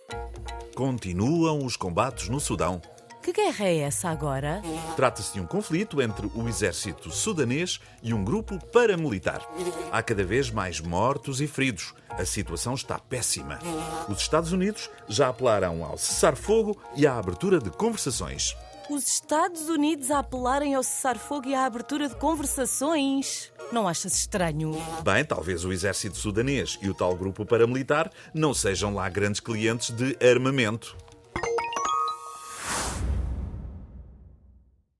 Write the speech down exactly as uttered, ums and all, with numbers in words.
Continuam os combates no Sudão. Que guerra é essa agora? Trata-se de um conflito entre o exército sudanês e um grupo paramilitar. Há cada vez mais mortos e feridos. A situação está péssima. Os Estados Unidos já apelaram ao cessar-fogo e à abertura de conversações. Os Estados Unidos a apelarem ao cessar-fogo e à abertura de conversações? Não achas estranho? Bem, talvez o exército sudanês e o tal grupo paramilitar não sejam lá grandes clientes de armamento.